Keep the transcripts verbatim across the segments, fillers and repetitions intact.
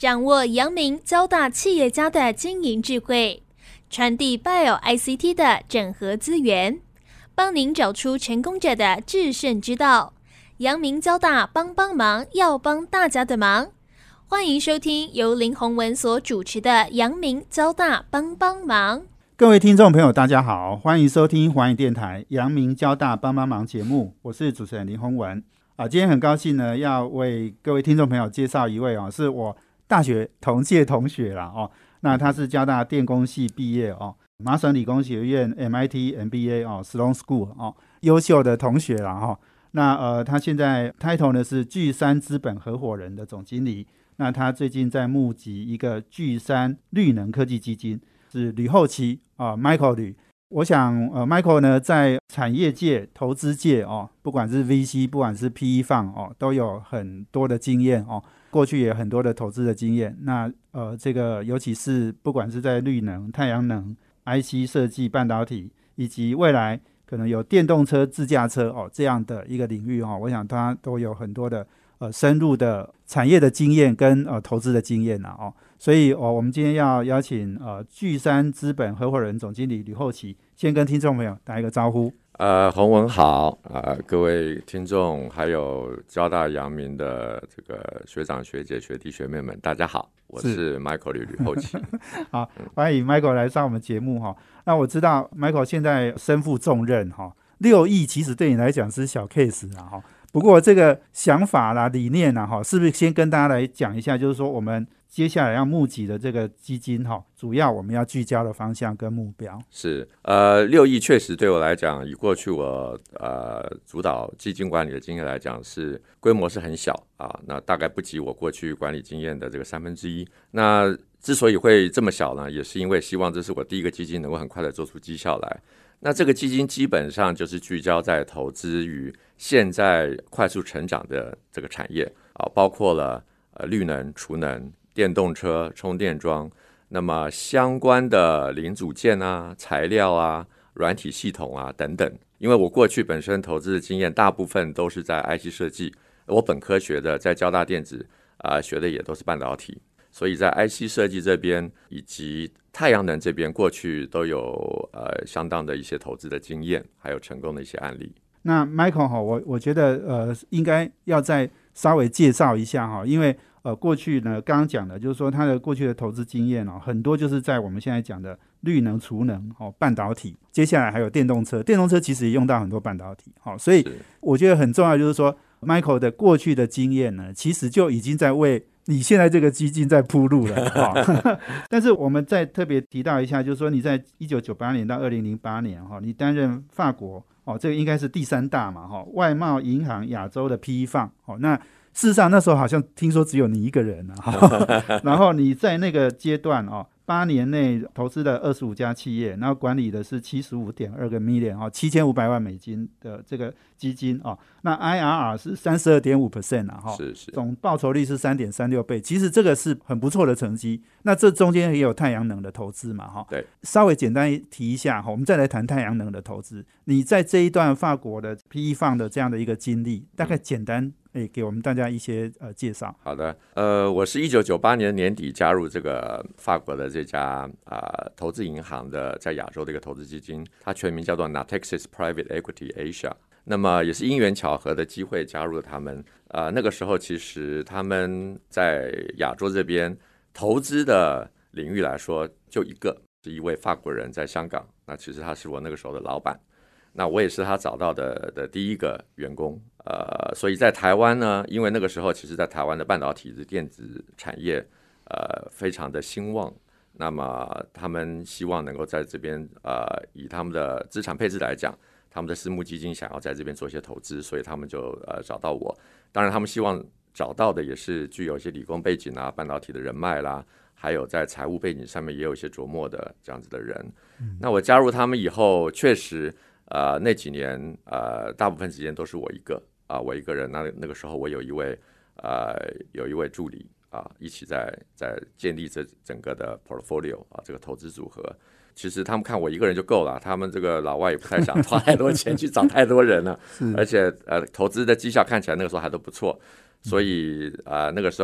掌握阳明交大企业家的经营智慧，传递 Bio I C T 的整合资源，帮您找出成功者的制胜之道。阳明交大帮帮忙，要帮大家的忙。欢迎收听由林宏文所主持的阳明交大帮帮忙。 各位听众朋友大家好，欢迎收听环宇电台阳明交大帮帮忙节目，我是主持人林宏文啊。今天很高兴呢，要为各位听众朋友介绍一位哦，是我大学同届同学啦哦。那他是交大电工系毕业哦，麻省理工学院 M I T M B A 哦 Sloan School 哦，优秀的同学啦哦。那呃，他现在 title 呢是巨山资本合伙人的总经理。那他最近在募集一个巨山绿能科技基金，是吕厚棋啊 ，Michael 吕。我想呃 ，Michael 呢在产业界、投资界哦，不管是 V C， 不管是 P E Fund 哦，都有很多的经验哦。过去也有很多的投资的经验。那呃，这个尤其是不管是在绿能、太阳能、I C 设计、半导体，以及未来可能有电动车、自驾车哦这样的一个领域哦，我想他都有很多的。呃，深入的产业的经验跟呃投资的经验啊，哦，所以哦，我们今天要邀请呃巨山资本合伙人总经理吕厚棋，先跟听众朋友打一个招呼。 呃，洪文好，呃，各位听众，还有交大阳明的这个学长学姐、学弟学妹们，大家好，我是 Michael 吕吕厚棋。 好，欢迎 Michael 来上我们节目哈。那我知道 Michael 现在身负重任哈，六亿其实对你来讲是小 case 啊哈。不过这个想法啦、理念啦，哈，是不是先跟大家来讲一下？就是说，我们接下来要募集的这个基金，哈，主要我们要聚焦的方向跟目标是，呃，六亿确实对我来讲，以过去我呃主导基金管理的经验来讲，是规模是很小啊，那大概不及我过去管理经验的这个三分之一。那之所以会这么小呢，也是因为希望这是我第一个基金能够很快的做出绩效来。那这个基金基本上就是聚焦在投资于现在快速成长的这个产业啊，包括了呃绿能、储能、电动车、充电桩，那么相关的零组件啊、材料啊、软体系统啊等等。因为我过去本身投资的经验大部分都是在 I C 设计，我本科学的在交大电子啊、呃、学的也都是半导体。所以在 I C 设计这边以及太阳能这边，过去都有呃相当的一些投资的经验，还有成功的一些案例。 那 Michael 哈，我我觉得呃应该要再稍微介绍一下哈，因为呃过去呢刚刚讲的就是说他的过去的投资经验哦，很多就是在我们现在讲的绿能、储能哦、半导体，接下来还有电动车，电动车其实也用到很多半导体，好，所以我觉得很重要就是说 Michael 的过去的经验呢，其实就已经在为你现在这个基金在铺路了、哦、但是我们再特别提到一下，就是说你在一九九八年到二零零八年、哦、你担任法国、哦、这个应该是第三大嘛、哦、外贸银行亚洲的 P E Fund、哦、那事实上那时候好像听说只有你一个人、啊哦、然后你在那个阶段哦八年内投资了二十五家企业，然后管理的是 七十五点二个 million 哦，七千五百万美金的这个基金哦，那 I R R 是 百分之三十二点五 啊哈、哦， 是是， 总报酬率是 三点三六倍，其实这个是很不错的成绩。那这中间也有太阳能的投资嘛哈、哦， 对， 稍微简单提一下哈，我们再来谈太阳能的投资。你在这一段法国的 P E Fund 的这样的一个经历，大概简单。欸、给我们大家一些呃介绍。 好的，呃，我是一九九八年年底加入这个法国的这家啊、呃、投资银行的，在亚洲的一个投资基金，它全名叫做 Natixis Private Equity Asia。那么也是因缘巧合的机会加入了他们。呃，那个时候其实他们在亚洲这边投资的领域来说，就一个是一位法国人在香港，那其实他是我那个时候的老板。那我也是他找到的的第一个员工，呃，所以在台湾呢，因为那个时候其实在台湾的半导体的电子产业，呃，非常的兴旺，那么他们希望能够在这边，呃，以他们的资产配置来讲，他们的私募基金想要在这边做一些投资，所以他们就呃找到我。当然，他们希望找到的也是具有一些理工背景啊、半导体的人脉啦，还有在财务背景上面也有一些琢磨的这样子的人。嗯、那我加入他们以后，确实。呃，那几年呃，大部分时间都是我一个啊、呃，我一个人。那那个时候我有一位呃，有一位助理啊、呃，一起在在建立这整个的 portfolio 啊，这个投资组合。其实他们看我一个人就够了，他们这个老外也不太想花太多钱去找太多人了，而且呃，投资的绩效看起来那个时候还都不错，所以啊、呃，那个时候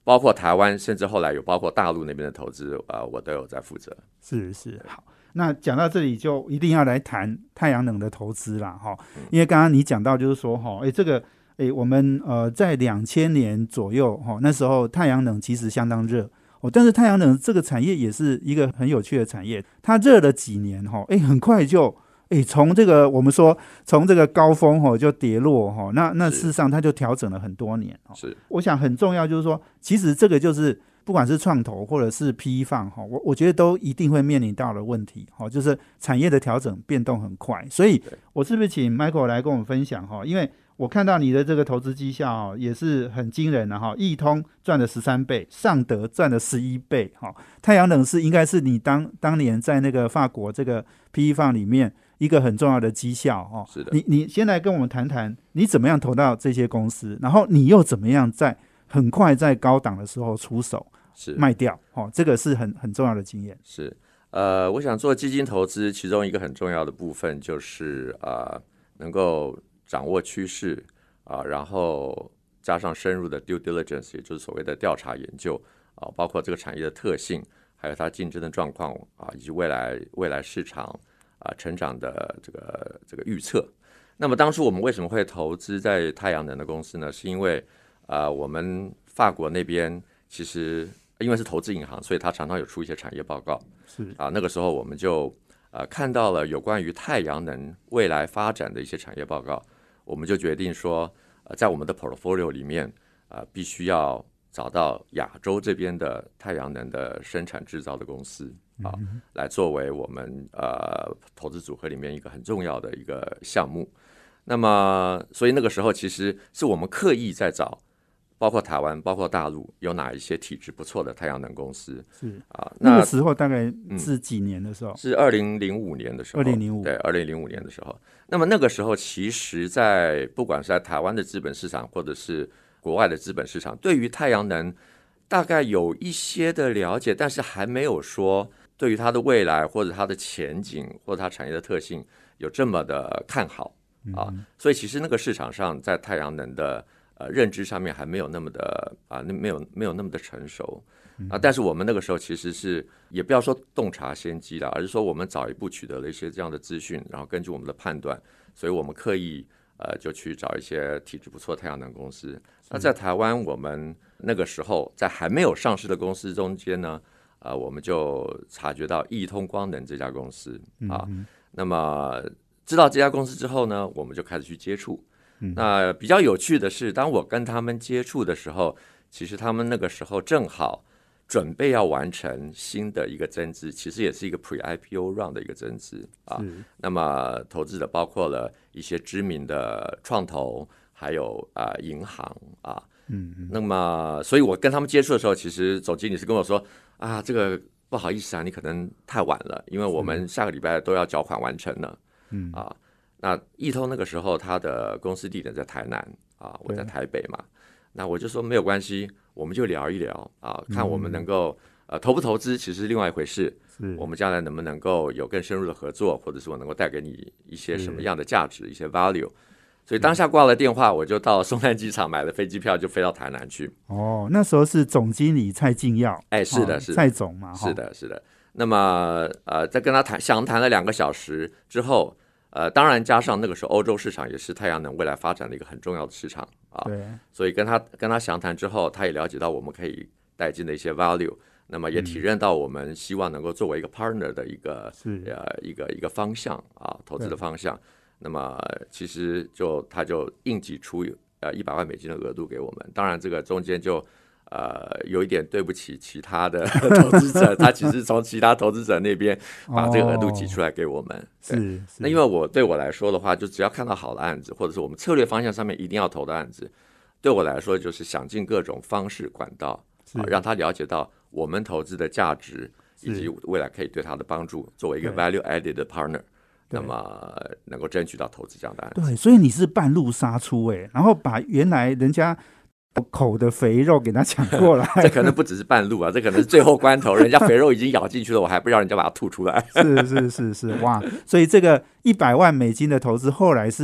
包括台湾，甚至后来有包括大陆那边的投资，呃，我都有在负责。 是是，好。那讲到这里就一定要来谈太阳能的投资啦，哈，因为刚刚你讲到就是说，哈，哎，这个，哎，我们呃在两千年左右，哈，那时候太阳能其实相当热，哦，但是太阳能这个产业也是一个很有趣的产业，它热了几年，哈，哎，很快就，哎，从这个我们说从这个高峰，哈，就跌落，哈，那那事实上它就调整了很多年， 是， 我想很重要就是说，其实这个就是。不管是创投或者是 P E 放，我我觉得都一定会面临到的问题，就是产业的调整变动很快，所以我是不是请 Michael 来跟我们分享，因为我看到你的这个投资绩效也是很惊人的，易通赚了十三倍，尚德赚了十一倍，太阳能是应该是你当当年在那个法国这个 P E 放里面一个很重要的绩效， 是的， 你你先来跟我们谈谈你怎么样投到这些公司，然后你又怎么样在很快在高档的时候出手是卖掉，哦，这个是很很重要的经验。 是，呃，我想做基金投资，其中一个很重要的部分就是呃，能够掌握趋势啊、呃，然后加上深入的 due diligence， 也就是所谓的调查研究啊、呃，包括这个产业的特性，还有它竞争的状况啊、呃，以及未来未来市场啊、呃、成长的这个这个预测。那么当初我们为什么会投资在太阳能的公司呢？是因为呃，我们法国那边其实因为是投资银行，所以它常常有出一些产业报告。 是啊，那个时候我们就呃看到了有关于太阳能未来发展的一些产业报告，我们就决定说，呃，在我们的 portfolio 里面，呃，必须要找到亚洲这边的太阳能的生产制造的公司啊，嗯、来作为我们呃投资组合里面一个很重要的一个项目。那么，所以那个时候其实是我们刻意在找。包括台湾，包括大陆，有哪一些体质不错的太阳能公司？ 是啊， 那个时候大概是几年的时候？ 嗯、是二零零五年的时候。 二零零五对，二零零五年的时候。那么那个时候，其实在不管是在台湾的资本市场，或者是国外的资本市场，对于太阳能大概有一些的了解，但是还没有说对于它的未来或者它的前景或者它产业的特性有这么的看好啊。嗯、所以其实那个市场上，在太阳能的呃，认知上面还没有那么的啊，那没有没有那么的成熟啊。但是我们那个时候其实是也不要说洞察先机了，而是说我们早一步取得了一些这样的资讯，然后根据我们的判断，所以我们刻意呃就去找一些体质不错的太阳能公司。那在台湾，我们那个时候在还没有上市的公司中间呢，呃，我们就察觉到易通光能这家公司啊。嗯、那么知道这家公司之后呢，我们就开始去接触。那比较有趣的是，当我跟他们接触的时候，其实他们那个时候正好准备要完成新的一个增资，其实也是一个 pre-I P O round 的一个增资啊。那么投资者包括了一些知名的创投，还有啊、呃、银行啊。嗯嗯。那么，所以我跟他们接触的时候，其实总经理是跟我说啊，这个不好意思啊，你可能太晚了，因为我们下个礼拜都要缴款完成了。嗯啊。那易通那个时候他的公司地点在台南啊，我在台北嘛，那我就说没有关系，我们就聊一聊啊，看我们能够、嗯、呃投不投资其实是另外一回事，我们将来能不能够有更深入的合作，或者是我能够带给你一些什么样的价值，一些 value。所以当下挂了电话，我就到松山机场买了飞机票，就飞到台南去。 哦，那时候是总经理蔡进耀， 哎，是的，是的， 蔡总嘛， 是的，是的。那么呃，在跟他谈详谈了两个小时之后。呃，当然加上那个时候欧洲市场也是太阳能未来发展的一个很重要的市场啊，对，所以跟他跟他详谈之后，他也了解到我们可以带进的一些 value， 那么也体认到我们希望能够作为一个 partner 的一个、嗯、呃一个一个方向啊，投资的方向。那么其实就他就硬挤出呃一百万美金的额度给我们，当然这个中间就。呃，有一点对不起其他的投资者，他其实从其他投资者那边把这个额度挤出来给我们。哦、是, 是，那因为我对我来说的话，就只要看到好的案子，或者是我们策略方向上面一定要投的案子，对我来说就是想尽各种方式管道，啊、让他了解到我们投资的价值以及未来可以对他的帮助，作为一个 value added 的 partner。那么能够争取到投资这样的案子。 对，所以你是半路杀出哎、欸，然后把原来人家口的肥肉给他抢过来。 这可能不只是半路啊，这可能是最后关头，人家肥肉已经咬进去了，我还不让人家把它吐出来。 是是是是，哇！所以这个一百万美金的投资后来是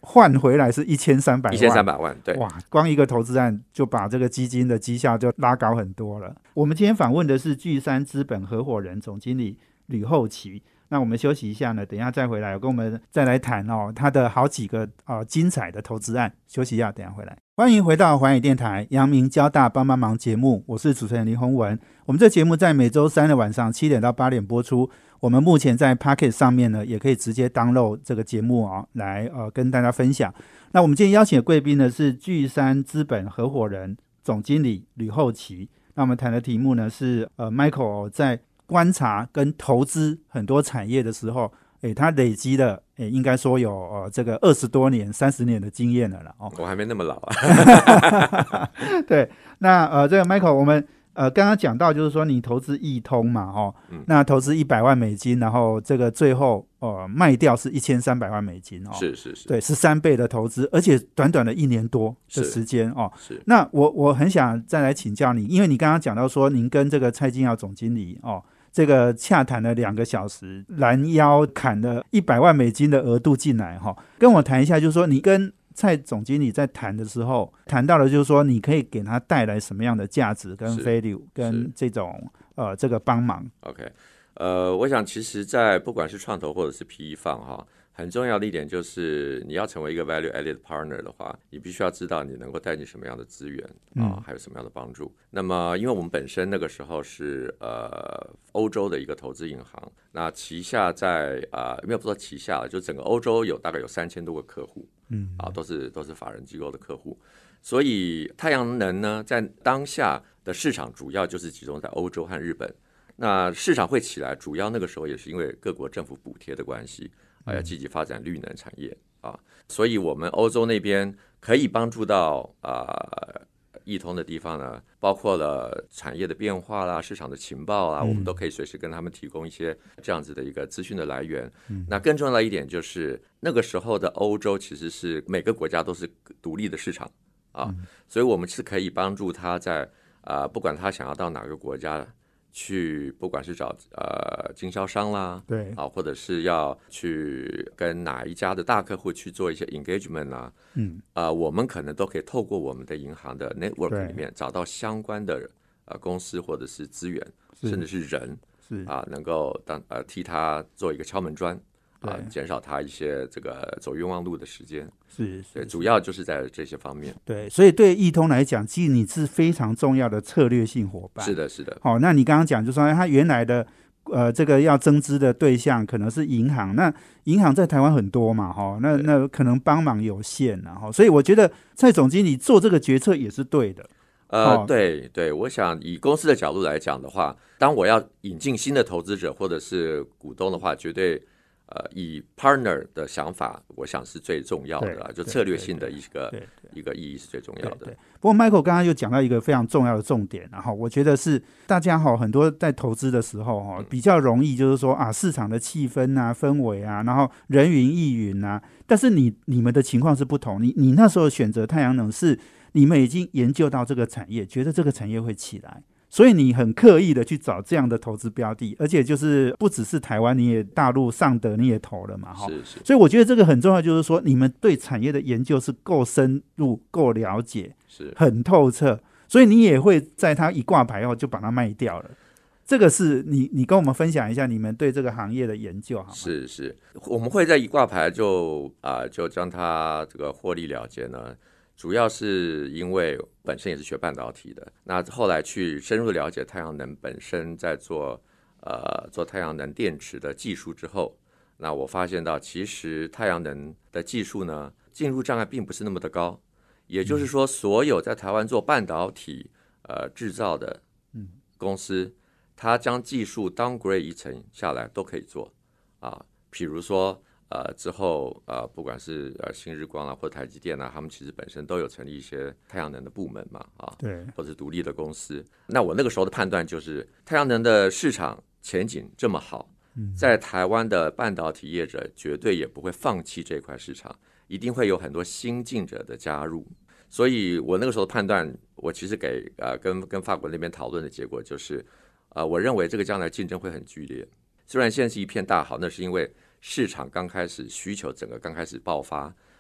换回来是一千三百万， 一千三百万，对， 哇，光一个投资案就把这个基金的绩效就拉高很多了。我们今天访问的是巨山资本合伙人总经理吕厚棋。那我们休息一下呢，等一下再回来，我跟我们再来谈哦，他的好几个呃精彩的投资案。休息一下，等一下回来。欢迎回到环宇电台阳明交大帮帮忙节目，我是主持人林宏文。我们这节目在每周三的晚上七点到八点播出。我们目前在 Pocket 上面呢，也可以直接 download 这个节目哦，来呃跟大家分享。那我们今天邀请的贵宾呢是巨山资本合伙人总经理吕厚棋。那我们谈的题目呢是呃 Michael 在观察跟投资很多产业的时候，诶，他累积了，诶，应该说有呃这个二十多年、三十年的经验了啦。哦， 我还没那么老啊。 对，那呃，这个 Michael， 我们呃刚刚讲到，就是说你投资易通嘛，哦，嗯、那投资一百万美金，然后这个最后呃卖掉是一千三百万美金哦， 是是是， 对，是三倍的投资，而且短短的一年多的时间哦。 是， 那我我很想再来请教你，因为你刚刚讲到说，您跟这个蔡金耀总经理哦。这个洽谈了两个小时，拦腰砍了一百万美金的额度进来哈，跟我谈一下，就是说你跟蔡总经理在谈的时候，谈到了就是说你可以给他带来什么样的价值跟 value 跟这种呃这个帮忙。 OK， 呃，我想其实，在不管是创投或者是 P E 方哈。很重要的一点就是，你要成为一个 value added partner 的话，你必须要知道你能够带进什么样的资源啊，还有什么样的帮助。那么，因为我们本身那个时候是呃欧洲的一个投资银行，那旗下在啊、呃，没有不说旗下了，就整个欧洲有大概有三千多个客户，嗯啊，都是都是法人机构的客户。所以太阳能呢，在当下的市场主要就是集中在欧洲和日本。那市场会起来，主要那个时候也是因为各国政府补贴的关系。还要积极发展绿能产业啊，所以我们欧洲那边可以帮助到啊易通的地方呢，包括了产业的变化啦、市场的情报啦，我们都可以随时跟他们提供一些这样子的一个资讯的来源。嗯、那更重要的一点就是，那个时候的欧洲其实是每个国家都是独立的市场啊，嗯、所以我们是可以帮助他在啊，不管他想要到哪个国家。去不管是找呃经销商啦， 对啊，或者是要去跟哪一家的大客户去做一些 engagement 啊，嗯，啊、呃，我们可能都可以透过我们的银行的 network 里面找到相关的呃公司或者是资源，甚至是人， 是啊、呃，能够当呃替他做一个敲门砖。啊，减少他一些这个走冤枉路的时间， 是， 对，主要就是在这些方面。 对，所以对易通来讲，其实你是非常重要的策略性伙伴。 是的，是的。 好、哦，那你刚刚讲，就说他原来的呃这个要增资的对象可能是银行，那银行在台湾很多嘛，哈、哦，那那可能帮忙有限，然后，所以我觉得蔡总经理做这个决策也是对的。 呃，对对，我想以公司的角度来讲的话，当我要引进新的投资者或者是股东的话，绝对。呃，以 partner 的想法，我想是最重要的，就策略性的一个一个意义是最重要的。 对对对不过 Michael 刚刚又讲到一个非常重要的重点，然后我觉得是大家哈很多在投资的时候哈比较容易就是说啊市场的气氛啊氛围啊，然后人云亦云啊，但是你你们的情况是不同，你你那时候选择太阳能是你们已经研究到这个产业，觉得这个产业会起来。所以你很刻意的去找这样的投资标的，而且就是不只是台湾，你也大陆上德你也投了嘛， 是是。 所以我觉得这个很重要，就是说你们对产业的研究是够深入、够了解， 是很透彻，所以你也会在它一挂牌后就把它卖掉了。这个是你你跟我们分享一下你们对这个行业的研究好吗？ 是是，我们会在一挂牌就啊、呃、就将它这个获利了结呢。主要是因为本身也是学半导体的，那后来去深入了解太阳能本身在做呃做太阳能电池的技术之后，那我发现到其实太阳能的技术呢进入障碍并不是那么的高，也就是说所有在台湾做半导体呃制造的公司，它将技术 downgrade 一层下来都可以做啊，比如说。呃，之后呃，不管是呃新日光啊，或者台积电啊，他们其实本身都有成立一些太阳能的部门嘛，啊， 对， 或者独立的公司。那我那个时候的判断就是，太阳能的市场前景这么好，嗯、在台湾的半导体业者绝对也不会放弃这块市场，一定会有很多新进者的加入。所以我那个时候的判断，我其实给呃跟跟法国那边讨论的结果就是，呃，我认为这个将来竞争会很剧烈。虽然现在是一片大好，那是因为市场刚开始需求整个刚开始爆发，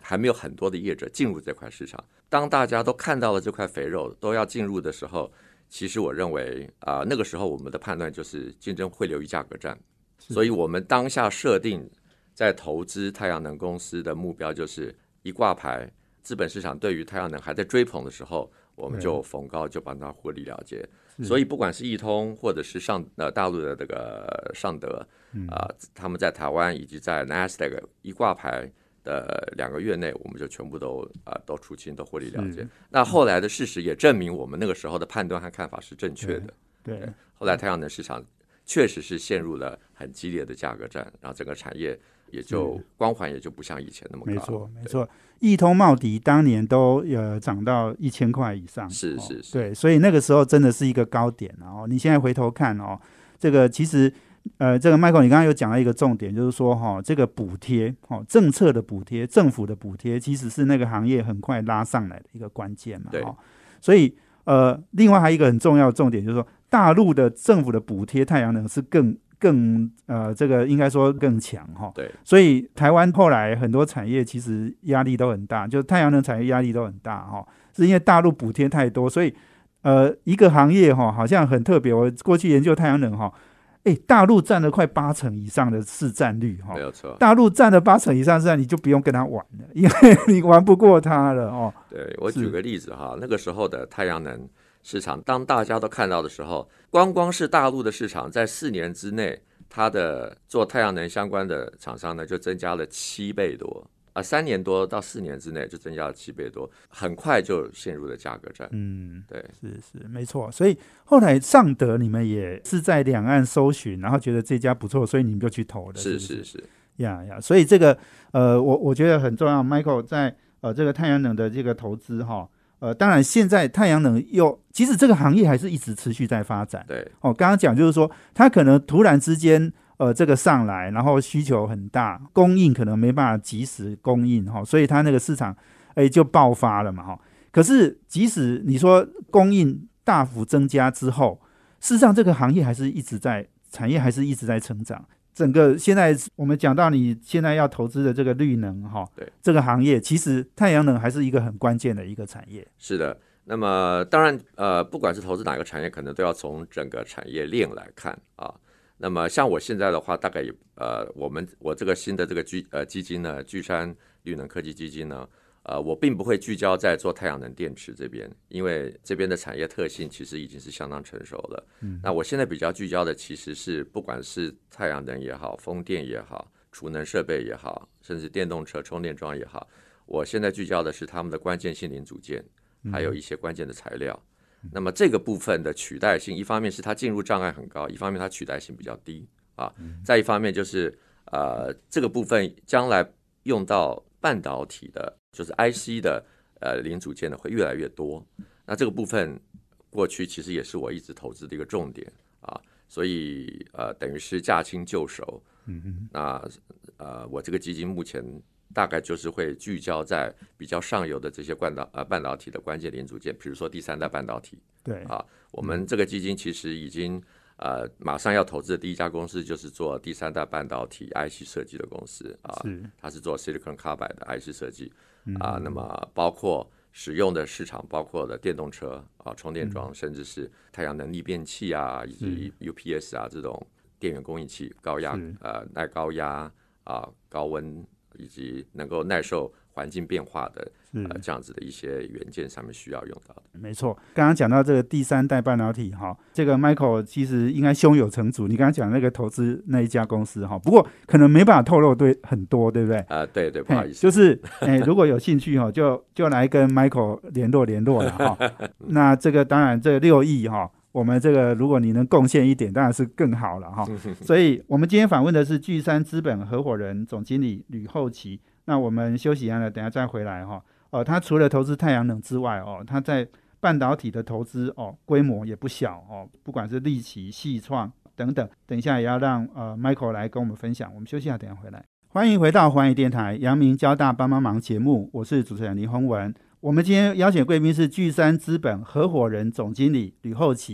还没有很多的业者进入这块市场。当大家都看到了这块肥肉都要进入的时候，其实我认为啊、呃，那个时候我们的判断就是竞争会流于价格战，所以我们当下设定在投资太阳能公司的目标就是一挂牌，资本市场对于太阳能还在追捧的时候，我们就逢高就帮它获利了结。所以不管是易通或者是上呃大陆的这个尚德啊、呃，他们在台湾以及在 Nasdaq 一挂牌的两个月内，我们就全部都啊、呃、都出清，都获利了结。那后来的事实也证明，我们那个时候的判断和看法是正确的。 对，对后来太阳能市场确实是陷入了很激烈的价格战，然后整个产业也就光环也就不像以前那么高。 没错，没错。易通、茂迪当年都呃涨到一千块以上， 是是是、 哦，对，所以那个时候真的是一个高点哦。你现在回头看哦，这个其实呃，这个 Michael 你刚刚有讲到一个重点，就是说哈、哦，这个补贴哦，政策的补贴、政府的补贴，其实是那个行业很快拉上来的一个关键嘛。 对， 哦，所以呃，另外还有一个很重要的重点，就是说大陆的政府的补贴太阳能是更。更呃，这个应该说更强哈， 对， 所以台湾后来很多产业其实压力都很大，就太阳能产业压力都很大哈，是因为大陆补贴太多，所以呃，一个行业哈好像很特别。我过去研究太阳能哈，哎，大陆占了快八成以上的市占率哈， 没有错， 大陆占了八成以上市占，你就不用跟他玩了，因为你玩不过他了哦。 对，我举个例子哈，那个时候的太阳能市场，当大家都看到的时候，光光是大陆的市场，在四年之内，它的做太阳能相关的厂商呢，就增加了七倍多啊，三年多到四年之内就增加了七倍多，很快就陷入了价格战。 嗯， 对， 是是没错。所以后来尚德你们也是在两岸搜寻，然后觉得这家不错，所以你们就去投了。 是是是是呀呀，所以这个呃，我我觉得很重要。Michael 在呃这个太阳能的这个投资哈。呃，当然，现在太阳能又，其实这个行业还是一直持续在发展。 对， 哦，刚刚讲就是说，它可能突然之间，呃，这个上来，然后需求很大，供应可能没办法及时供应哈、哦，所以它那个市场，哎，就爆发了嘛哈、哦。可是，即使你说供应大幅增加之后，事实上这个行业还是一直在，产业还是一直在成长。整个现在我们讲到你现在要投资的这个绿能哈， 对这个行业，其实太阳能还是一个很关键的一个产业。 是的，那么当然呃，不管是投资哪个产业，可能都要从整个产业链来看啊。那么像我现在的话，大概也呃，我们我这个新的这个基呃基金呢，巨山绿能科技基金呢。呃，我并不会聚焦在做太阳能电池这边，因为这边的产业特性其实已经是相当成熟了。嗯，那我现在比较聚焦的其实是不管是太阳能也好，风电也好，储能设备也好，甚至电动车充电桩也好，我现在聚焦的是他们的关键性零组件，还有一些关键的材料。嗯、那么这个部分的取代性，一方面是它进入障碍很高，一方面它取代性比较低啊。嗯、再一方面就是呃，这个部分将来用到半导体的。就是 I C 的呃零组件呢会越来越多，那这个部分过去其实也是我一直投资的一个重点啊，所以呃等于是驾轻就熟。嗯嗯，那呃我这个基金目前大概就是会聚焦在比较上游的这些半导呃半导体的关键零组件，比如说第三代半导体。 对啊，我们这个基金其实已经呃马上要投资的第一家公司就是做第三代半导体 I C 设计的公司啊，是它是做 Silicon Carbide 的 I C 设计。啊，那么包括使用的市场，包括了电动车啊、充电桩，嗯、甚至是太阳能逆变器啊，以及 U P S 啊这种电源供应器，高压呃耐高压啊、高温以及能够耐受环境变化的呃这样子的一些元件上面需要用到的。 没错，刚刚讲到这个第三代半导体哈，这个 Michael 其实应该胸有成竹。你刚刚讲那个投资那一家公司哈，不过可能没办法透露对很多，对不对？ 啊、呃，对对，不好意思， 就是哎，如果有兴趣哈，就就来跟 Michael 联络联络了哈。那这个当然这六亿哈。我们这个如果你能贡献一点当然是更好了哈，所以我们今天访问的是巨山资本合伙人总经理吕厚棋。那我们休息一下了，等一下再回来哈。呃，他除了投资太阳能之外哦，他在半导体的投资哦规模也不小哦，不管是力奇、矽创等等，等一下也要让呃 Michael 来跟我们分享。我们休息一下，等一下回来。欢迎回到环宇电台阳明交大帮帮忙节目，我是主持人林宏文。我们今天邀请贵宾是巨山资本合伙人总经理吕厚棋。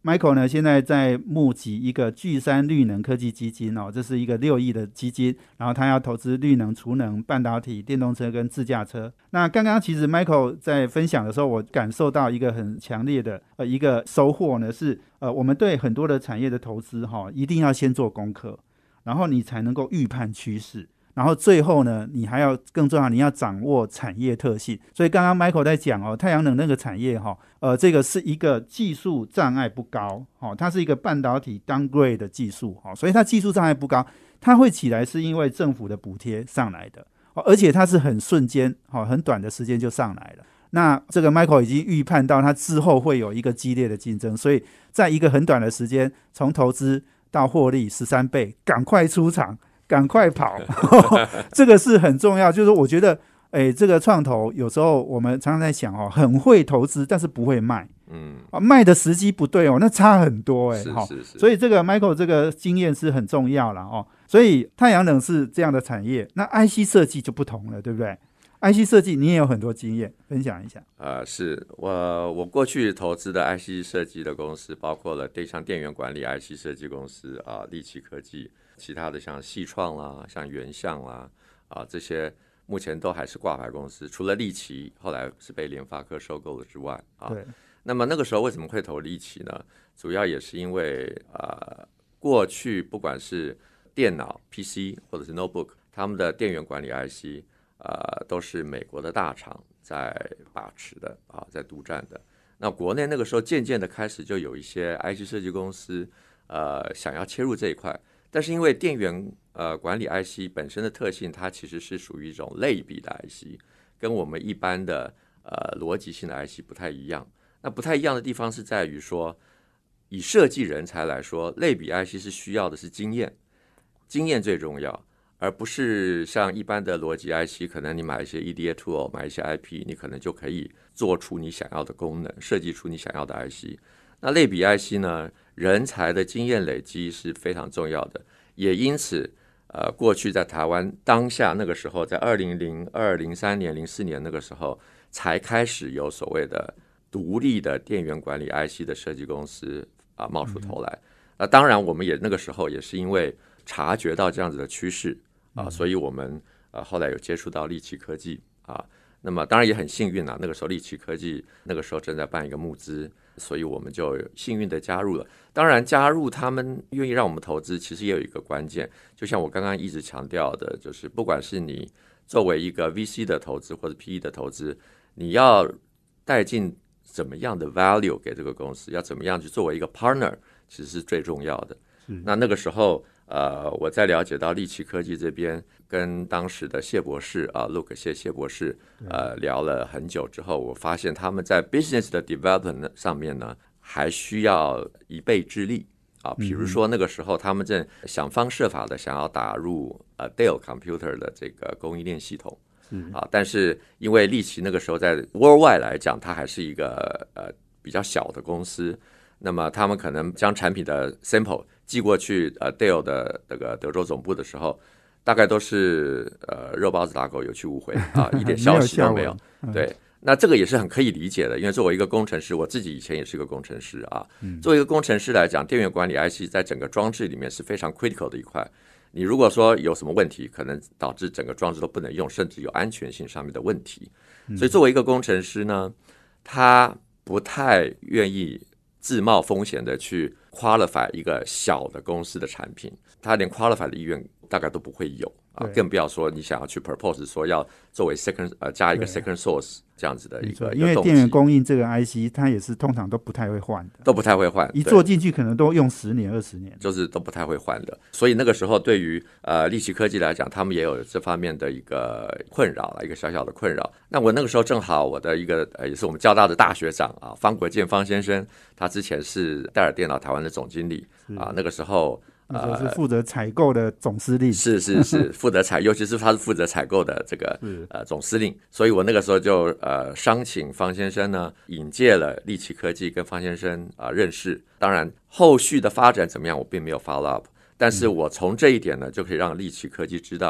Michael 呢，现在在募集一个巨山绿能科技基金哦，这是一个六亿的基金，然后他要投资绿能、储能、半导体、电动车跟自驾车。那刚刚其实 Michael 在分享的时候，我感受到一个很强烈的呃一个收获呢，是呃我们对很多的产业的投资哈、哦，一定要先做功课，然后你才能够预判趋势。然后最后呢，你还要更重要，你要掌握产业特性。所以刚刚 Michael 在讲哦，太阳能那个产业哈、哦，呃，这个是一个技术障碍不高，哦，它是一个半导体 downgrade 的技术，哦，所以它技术障碍不高，它会起来是因为政府的补贴上来的，哦，而且它是很瞬间，哦，很短的时间就上来了。那这个 Michael 已经预判到它之后会有一个激烈的竞争，所以在一个很短的时间，从投资到获利十三倍，赶快出场。赶快跑这个是很重要，就是我觉得诶，这个创投有时候我们常常在想哦，很会投资但是不会卖，嗯，啊，卖的时机不对哦，那差很多诶。 是是是， 所以这个 Michael 这个经验是很重要了哦。所以太阳能是这样的产业，那 I C 设计就不同了，对不对？I C 设计你也有很多经验，分享一下。 呃，是我我过去投资的 I C 设计的公司，包括了像电源管理 I C 设计公司啊，力奇科技。其他的像矽创啦、像原相啦啊，这些目前都还是挂牌公司，除了力奇后来是被联发科收购了之外啊。 对。 那么那个时候为什么会投力奇呢？主要也是因为呃，过去不管是电脑 P C 或者是 notebook， 他们的电源管理 I C 呃都是美国的大厂在把持的啊，在独占的。那国内那个时候渐渐的开始就有一些 I C 设计公司呃想要切入这一块。但是因为电源呃管理 I C 本身的特性，它其实是属于一种类比的 I C， 跟我们一般的呃逻辑性的 I C 不太一样。那不太一样的地方是在于说，以设计人才来说，类比 I C 是需要的是经验，经验最重要，而不是像一般的逻辑 I C， 可能你买一些 E D A tool， 买一些 I P， 你可能就可以做出你想要的功能，设计出你想要的 I C。那类比 I C 呢，人才的经验累积是非常重要的，也因此，呃，过去在台湾当下那个时候，在二零零二、零三年、零四年那个时候，才开始有所谓的独立的电源管理 I C 的设计公司啊冒出头来。那当然，我们也那个时候也是因为察觉到这样子的趋势啊，所以我们呃后来有接触到力奇科技啊。那么当然也很幸运啊，那个时候力奇科技那个时候正在办一个募资，所以我们就幸运的加入了。当然加入他们愿意让我们投资，其实也有一个关键，就像我刚刚一直强调的，就是不管是你作为一个 V C 的投资或者 P E 的投资，你要带进怎么样的 value 给这个公司，要怎么样去作为一个 partner， 其实是最重要的。那那个时候呃，我在了解到力奇科技这边跟当时的谢博士啊 ，Look 谢谢博士呃聊了很久之后，我发现他们在 business 的 development 上面呢，还需要一臂之力啊。比如说那个时候，他们正想方设法的想要打入呃 Dell Computer 的这个供应链系统啊，但是因为力奇那个时候在 worldwide 来讲，它还是一个呃比较小的公司。那么他们可能将产品的 sample 寄过去呃 Dell 的这个德州总部的时候，大概都是呃肉包子打狗，有去无回啊，一点消息都没有。没有对，那这个也是很可以理解的，因为作为一个工程师，我自己以前也是一个工程师啊。嗯、作为一个工程师来讲，电源管理 I C 在整个装置里面是非常 critical 的一块。你如果说有什么问题，可能导致整个装置都不能用，甚至有安全性上面的问题。所以作为一个工程师呢，他不太愿意自冒风险的去 qualify 一个小的公司的产品，他连 qualify 的意愿大概都不会有啊，更不要说你想要去 propose 说要作为 second 呃加一个 second source 这样子的一个， 因为电源供应这个 I C 它也是通常都不太会换的， 都不太会换， 一做进去可能都用十年二十年， 就是都不太会换的。所以那个时候对于呃力奇科技来讲，他们也有这方面的一个困扰了，一个小小的困扰。那我那个时候正好我的一个呃也是我们交大的大学长啊，方国健方先生，他之前是戴尔电脑台湾的总经理啊，那个时候。 那时候是负责采购的总司令， 呃、是是是负责采，尤其是他是负责采购的这个呃总司令，所以我那个时候就呃商请方先生呢引介了力奇科技跟方先生啊、呃、认识。当然后续的发展怎么样，我并没有 follow up， 但是我从这一点呢就可以让力奇科技知道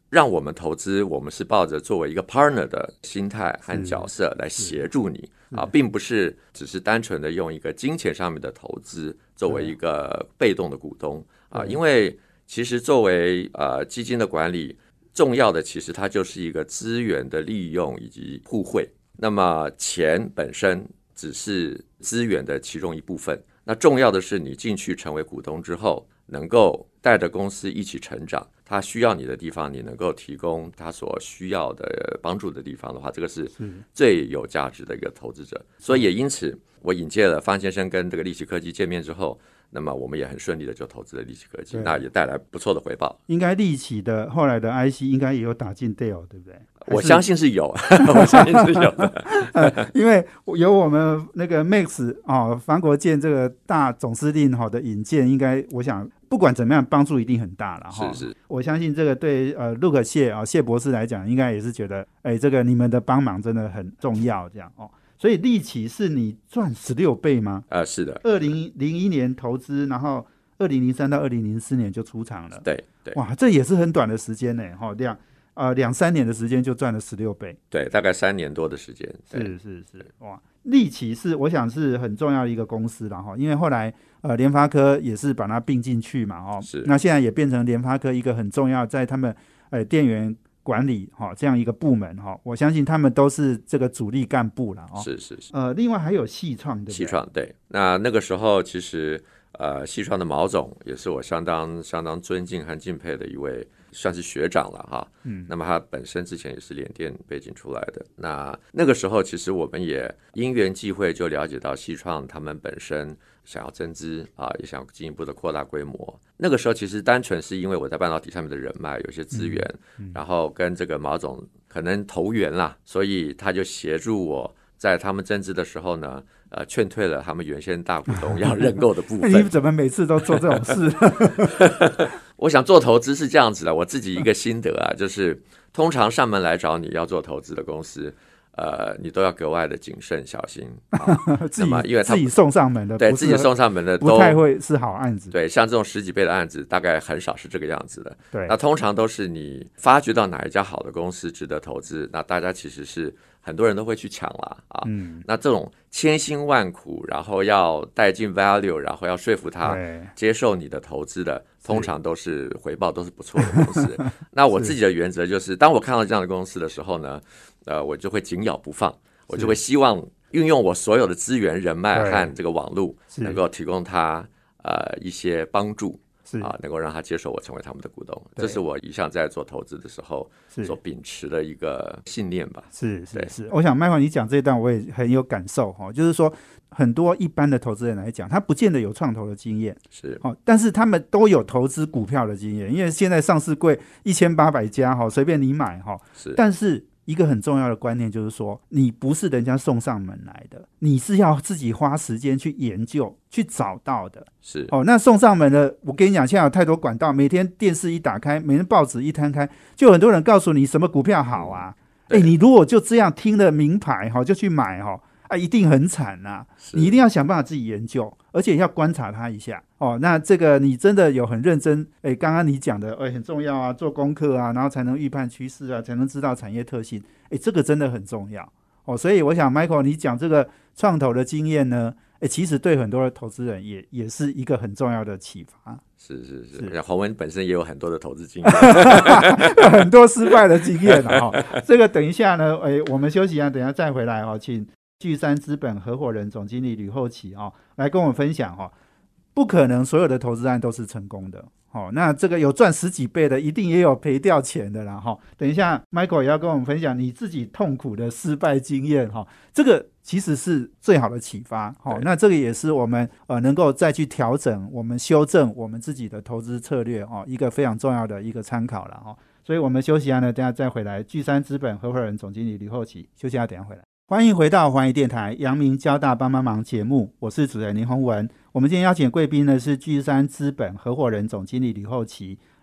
让我们投资，我们是抱着作为一个 partner 的心态和角色来协助你啊，并不是只是单纯的用一个金钱上面的投资作为一个被动的股东啊，因为其实作为呃基金的管理，重要的其实它就是一个资源的利用以及互惠。那么钱本身只是资源的其中一部分，那重要的是你进去成为股东之后，能够带着公司一起成长，他需要你的地方你能够提供他所需要的帮助的地方的话，这个是最有价值的一个投资者。所以也因此我引荐了方先生跟这个利奇科技见面之后，那么我们也很顺利的就投资了利奇科技，那也带来不错的回报。 应该利奇的后来的 I C 应该也有打进 Dell 对不对？ 我相信是有我相信是有的、 呃、因为有我们那个 Max、哦、方国健这个大总司令、哦、的引荐，应该我想不管怎么样帮助一定很大了、哦、 是是，我相信这个对呃 Luke 谢、哦、谢博士来讲应该也是觉得哎，这个你们的帮忙真的很重要这样哦。所以利奇是你赚十六倍吗？ 呃，是的， 二零零一年投资，然后二零零三到二零零四年就出场了。 对对， 哇，这也是很短的时间呢，哈、哦，两呃两三年的时间就赚了十六倍。 对，大概三年多的时间。 是是是，哇，利奇是我想是很重要的一个公司了哈，因为后来呃联发科也是把它并进去嘛，哦， 是， 那现在也变成联发科一个很重要在他们呃电源管理、哦、这样一个部门、哦、我相信他们都是这个主力干部了、哦、 是是是。 呃，另外还有矽创，对不对？ 矽创对，那那个时候其实呃矽创的毛总也是我相当相当尊敬和敬佩的一位，算是学长了哈。嗯，那么他本身之前也是联电背景出来的。那那个时候其实我们也因缘际会就了解到矽创他们本身想要增资啊，也想进一步的扩大规模。那个时候其实单纯是因为我在半导体上面的人脉有些资源、嗯嗯、然后跟这个毛总可能投缘啦，所以他就协助我在他们增资的时候呢，呃，劝退了他们原先大股东要认购的部分。 你怎么每次都做这种事？ 我想做投资是这样子的，我自己一个心得啊，就是通常上门来找你要做投资的公司，呃，你都要格外的谨慎小心啊。 自己因为他自己送上门的， 对，自己送上门的都不太会是好案子。 对，像这种十几倍的案子，大概很少是这个样子的。 对， 那通常都是你发掘到哪一家好的公司值得投资，那大家其实是很多人都会去抢啦啊。嗯，那这种千辛万苦，然后要带进 value， 然后要说服他接受你的投资的，通常都是回报都是不错的公司。那我自己的原则就是，当我看到这样的公司的时候呢，呃，我就会紧咬不放，我就会希望运用我所有的资源、人脉和这个网络，能够提供他呃一些帮助。啊，能够让他接受我成为他们的股东，这是我一向在做投资的时候所秉持的一个信念吧。 是是是，我想Michael你讲这一段我也很有感受哈，就是说很多一般的投资人来讲，他不见得有创投的经验， 是哦，但是他们都有投资股票的经验，因为现在上市柜一千八百家哈，随便你买哈， 是， 但是一个很重要的观念就是说，你不是人家送上门来的，你是要自己花时间去研究、去找到的。 是哦，那送上门的，我跟你讲，现在有太多管道，每天电视一打开，每天报纸一摊开，就很多人告诉你什么股票好啊。哎、嗯，你如果就这样听了名牌哈，就去买哈。啊，一定很惨啊！你一定要想办法自己研究，而且要观察它一下哦。那这个你真的有很认真，哎，刚刚你讲的，哎，很重要啊，做功课啊，然后才能预判趋势啊，才能知道产业特性，哎，这个真的很重要哦。所以我想 ，Michael， 你讲这个创投的经验呢，哎，其实对很多的投资人也也是一个很重要的启发。 是是是，洪文本身也有很多的投资经验， 很多失败的经验啊、哦。这个等一下呢，哎，我们休息一下，等一下再回来哦，请聚山资本合伙人总经理吕厚棋、哦、来跟我们分享、哦、不可能所有的投资案都是成功的、哦、那这个有赚十几倍的一定也有赔掉钱的啦、哦、等一下 Michael 也要跟我们分享你自己痛苦的失败经验、哦、这个其实是最好的启发、哦、那这个也是我们、呃、能够再去调整我们修正我们自己的投资策略、哦、一个非常重要的一个参考了、哦、所以我们休息一下呢，等一下再回来。聚山资本合伙人总经理吕厚棋，休息一下等一下回来。欢迎回到环宇电台阳明交大帮帮忙节目，我是主持人林宏文。我们今天邀请贵宾呢是聚山资本合伙人总经理吕厚棋。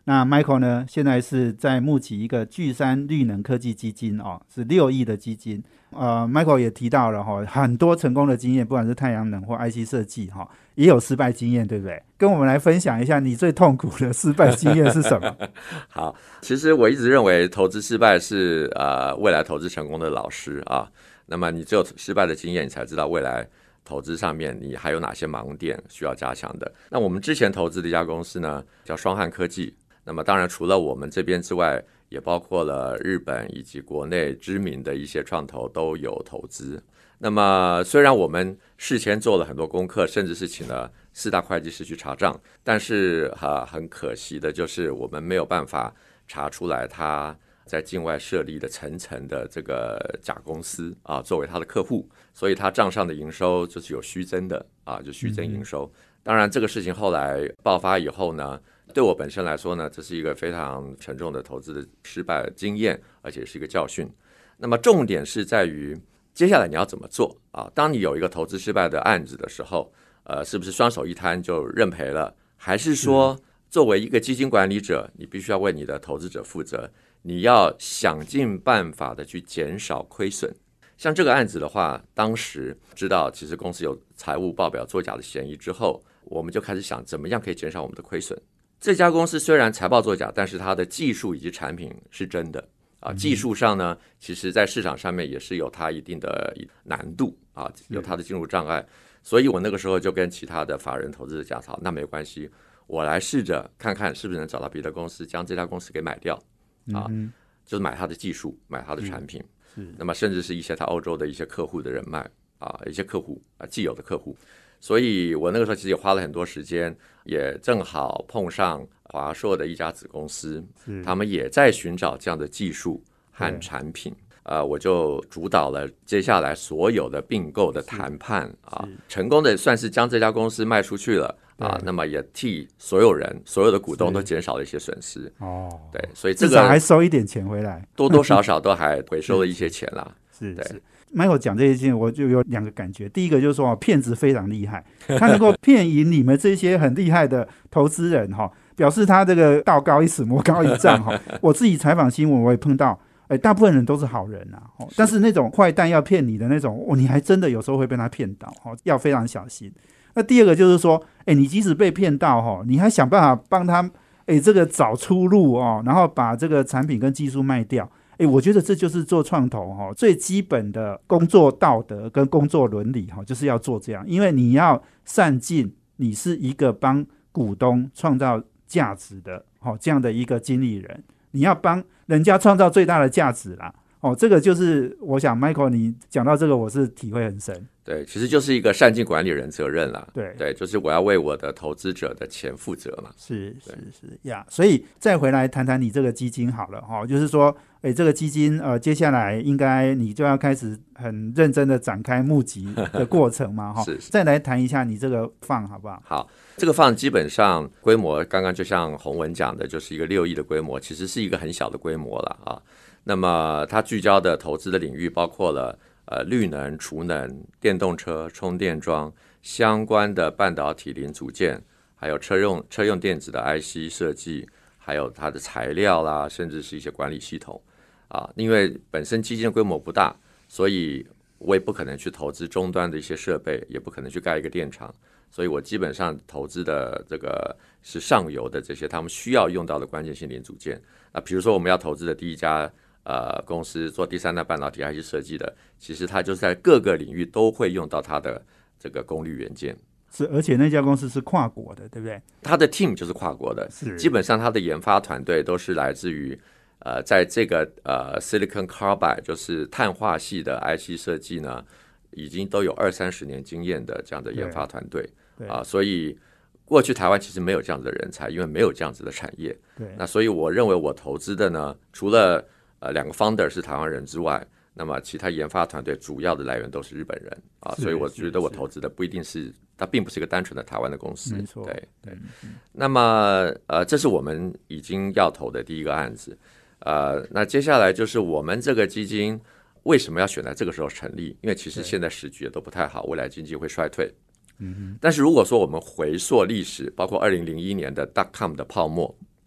那 Michael 呢，现在是在募集一个巨山绿能科技基金哦，是六亿的基金。呃 ，Michael 也提到了哈、哦，很多成功的经验，不管是太阳能或 I C 设计哈、哦，也有失败经验，对不对？跟我们来分享一下你最痛苦的失败经验是什么？ 好，其实我一直认为投资失败是呃未来投资成功的老师啊。那么你只有失败的经验，你才知道未来投资上面你还有哪些盲点需要加强的。那我们之前投资的一家公司呢，叫双汉科技。那么当然除了我们这边之外，也包括了日本以及国内知名的一些创投都有投资。那么虽然我们事前做了很多功课，甚至是请了四大会计师去查账，但是、啊、很可惜的就是我们没有办法查出来他在境外设立的层层的这个假公司啊，作为他的客户，所以他账上的营收就是有虚增的啊，就虚增营收。当然这个事情后来爆发以后呢，对我本身来说呢，这是一个非常沉重的投资的失败经验，而且是一个教训。那么重点是在于接下来你要怎么做啊？当你有一个投资失败的案子的时候，呃，是不是双手一摊就认赔了？还是说作为一个基金管理者，你必须要为你的投资者负责，你要想尽办法的去减少亏损？像这个案子的话，当时知道其实公司有财务报表作假的嫌疑之后，我们就开始想怎么样可以减少我们的亏损。这家公司虽然财报作假，但是它的技术以及产品是真的啊。技术上呢，其实在市场上面也是有它一定的难度啊，有它的进入障碍。所以我那个时候就跟其他的法人投资者讲，好，那没关系，我来试着看看是不是能找到别的公司将这家公司给买掉啊，嗯、就是买它的技术，买它的产品，那么甚至是一些他欧洲的一些客户的人脉啊，一些客户啊，既有的客户。所以我那个时候其实也花了很多时间，也正好碰上华硕的一家子公司，他们也在寻找这样的技术和产品。呃，我就主导了接下来所有的并购的谈判啊，成功的算是将这家公司卖出去了啊，那么也替所有人、所有的股东都减少了一些损失哦。对，所以这个至少还收一点钱回来， 多多少少都还回收了一些钱啦。 是是。Michael 讲这些事情，我就有两个感觉。第一个就是说，骗子非常厉害，他能够骗赢你们这些很厉害的投资人哈，表示他这个道高一尺，魔高一丈哈。我自己采访新闻，我也碰到，哎，大部分人都是好人啊，但是那种坏蛋要骗你的那种，哦，你还真的有时候会被他骗到，要非常小心。那第二个就是说，哎，你即使被骗到哈，你还想办法帮他，哎，这个找出路哦，然后把这个产品跟技术卖掉。欸、我觉得这就是做创投、哦、最基本的工作道德跟工作伦理、哦、就是要做这样，因为你要善尽你是一个帮股东创造价值的、哦、这样的一个经理人，你要帮人家创造最大的价值啦。哦，这个就是我想 Michael 你讲到这个我是体会很深。 对，其实就是一个善尽管理人责任啦。 对对，就是我要为我的投资者的钱负责嘛。 是是是呀，所以再回来谈谈你这个基金好了哈、哦，就是说，哎，这个基金呃，接下来应该你就要开始很认真的展开募集的过程嘛哈、哦。是, 是。再来谈一下你这个fund好不好？ 好，这个fund基本上规模刚刚就像洪文讲的，就是一个六亿的规模，其实是一个很小的规模了啊。那么它聚焦的投资的领域包括了呃绿能、储能、电动车、充电桩相关的半导体零组件，还有车用车用电子的 I C 设计，还有它的材料啦，甚至是一些管理系统啊。因为本身基金的规模不大，所以我也不可能去投资终端的一些设备，也不可能去盖一个电厂，所以我基本上投资的这个是上游的这些他们需要用到的关键性零组件。那比如说我们要投资的第一家呃，公司做第三代半导体 I C 设计的，其实它就是在各个领域都会用到它的这个功率元件。 是，而且那家公司是跨国的，对不对？ 它的 team 就是跨国的，基本上它的研发团队都是来自于呃，在这个呃 Silicon Carbide 就是碳化系的 I C 设计呢，已经都有二三十年经验的这样的研发团队啊、呃，所以过去台湾其实没有这样子的人才，因为没有这样子的产业。对，那所以我认为我投资的呢，除了呃，两个 founder 是台湾人之外，那么其他研发团队主要的来源都是日本人啊，所以我觉得我投资的不一定是，它并不是一个单纯的台湾的公司。没错，对对、嗯。那么呃，这是我们已经要投的第一个案子。呃，那接下来就是我们这个基金为什么要选在这个时候成立？因为其实现在时局也都不太好，未来经济会衰退。嗯，但是如果说我们回溯历史，包括二零零一年的 dot com 的泡沫。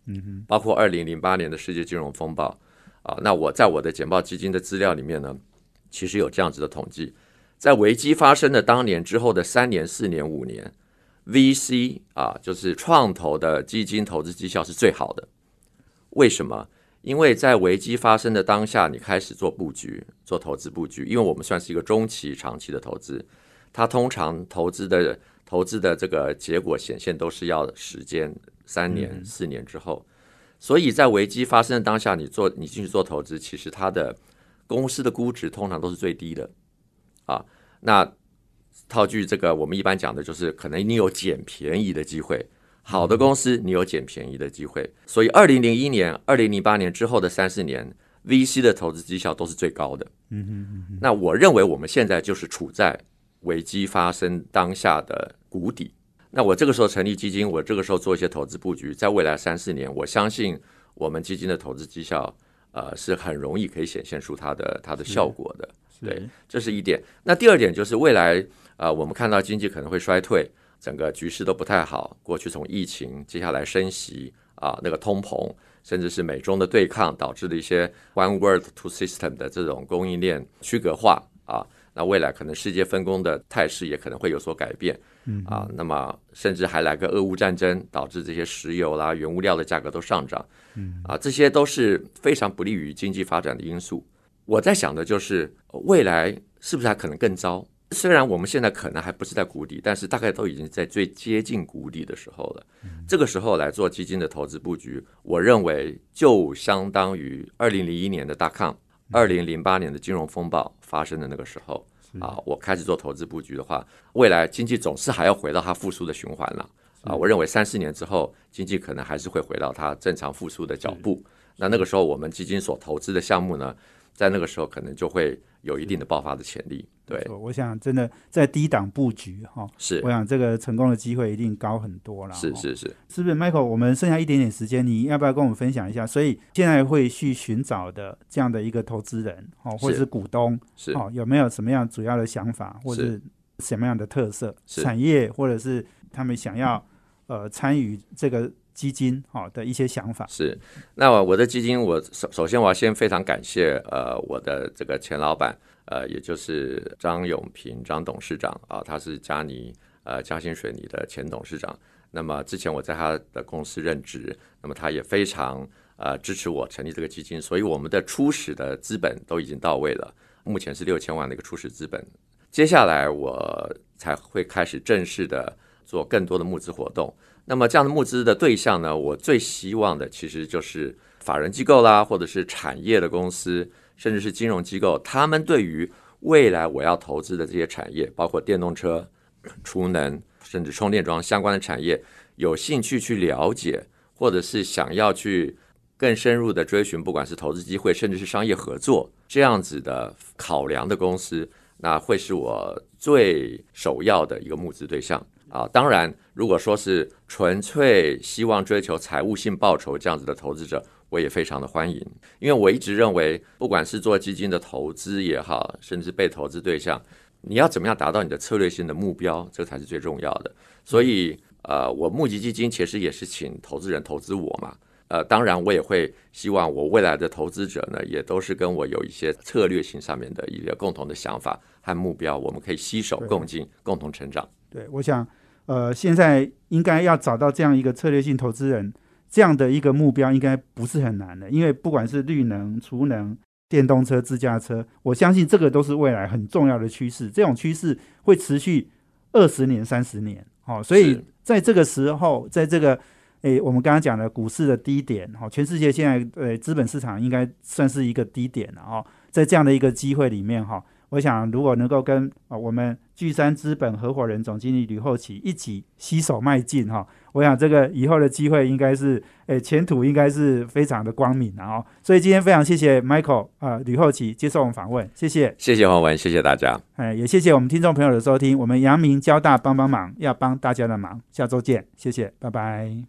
嗯哼， 包括二零零八年的世界金融风暴啊。那我在我的简报基金的资料里面呢，其实有这样子的统计，在危机发生的当年之后的三年、四年、五年 ，V C 啊，就是创投的基金投资绩效是最好的。为什么？因为在危机发生的当下，你开始做布局，做投资布局，因为我们算是一个中期、长期的投资，它通常投资的投资的这个结果显现都是要时间三年、四年之后，所以在危机发生的当下，你做你进去做投资，其实它的公司的估值通常都是最低的啊。那套句这个我们一般讲的就是，可能你有捡便宜的机会。好的公司，你有捡便宜的机会，所以二零零一年、二零零八年之后的三四年 ，V C 的投资绩效都是最高的。 嗯哼嗯哼。 那我认为我们现在就是处在危机发生当下的谷底。那我这个时候成立基金，我这个时候做一些投资布局，在未来三四年，我相信我们基金的投资绩效，呃，是很容易可以显现出它的它的效果的。对，这是一点。那第二点就是未来，呃，我们看到经济可能会衰退。整个局势都不太好，过去从疫情，接下来升息啊，那个通膨，甚至是美中的对抗，导致的一些 one world two system 的这种供应链区隔化啊，那未来可能世界分工的态势也可能会有所改变啊，那么甚至还来个俄乌战争，导致这些石油啦、原物料的价格都上涨啊，这些都是非常不利于经济发展的因素。我在想的就是未来是不是还可能更糟？虽然我们现在可能还不是在谷底，但是大概都已经在最接近谷底的时候了。这个时候来做基金的投资布局，我认为就相当于二零零一年的大抗、二零零八年的金融风暴发生的那个时候啊。我开始做投资布局的话，未来经济总是还要回到它复苏的循环了啊。我认为三四年之后，经济可能还是会回到它正常复苏的脚步。那那个时候，我们基金所投资的项目呢，在那个时候可能就会有一定的爆发的潜力。对， 我想真的在低档布局哈， 是， 我想这个成功的机会一定高很多啦。 是是是， 是不是 Michael？ 我们剩下一点点时间，你要不要跟我们分享一下？所以现在会去寻找的这样的一个投资人哦，或者是股东是哦，有没有什么样主要的想法，或者是什么样的特色产业，或者是他们想要呃参与这个基金好的一些想法？ 是，那我的基金，我首首先我要先非常感谢呃我的这个前老板，呃，也就是张永平张董事长啊，他是嘉泥呃嘉兴水泥的前董事长。那么之前我在他的公司任职，那么他也非常呃支持我成立这个基金，所以我们的初始的资本都已经到位了，目前是六千万的一个初始资本。接下来我才会开始正式的做更多的募资活动。那么这样的募资的对象呢，我最希望的其实就是法人机构啦，或者是产业的公司，甚至是金融机构，他们对于未来我要投资的这些产业，包括电动车、储能，甚至充电桩相关的产业，有兴趣去了解，或者是想要去更深入的追寻，不管是投资机会，甚至是商业合作这样子的考量的公司，那会是我最首要的一个募资对象。啊，当然，如果说是纯粹希望追求财务性报酬这样子的投资者，我也非常的欢迎。因为我一直认为，不管是做基金的投资也好，甚至被投资对象，你要怎么样达到你的策略性的目标，这才是最重要的。所以，呃，我募集基金其实也是请投资人投资我嘛。呃，当然，我也会希望我未来的投资者呢，也都是跟我有一些策略性上面的一个共同的想法和目标，我们可以携手共进，共同成长。 对，我想，呃，现在应该要找到这样一个策略性投资人，这样的一个目标应该不是很难的，因为不管是绿能、储能、电动车、自驾车，我相信这个都是未来很重要的趋势，这种趋势会持续二十年、三十年，哦，所以在这个时候，在这个诶，我们刚刚讲的股市的低点，哈，全世界现在呃资本市场应该算是一个低点了，哈，在这样的一个机会里面，哈。我想，如果能够跟、啊、我们巨山资本合伙人总经理吕厚棋一起携手迈进哈，我想这个以后的机会应该是，诶，前途应该是非常的光明的哦。所以今天非常谢谢 Michael 啊、呃、吕厚棋接受我们访问，谢谢， 谢谢黄文，谢谢大家， 哎，也谢谢我们听众朋友的收听。我们阳明交大帮帮忙，要帮大家的忙，下周见，谢谢，拜拜。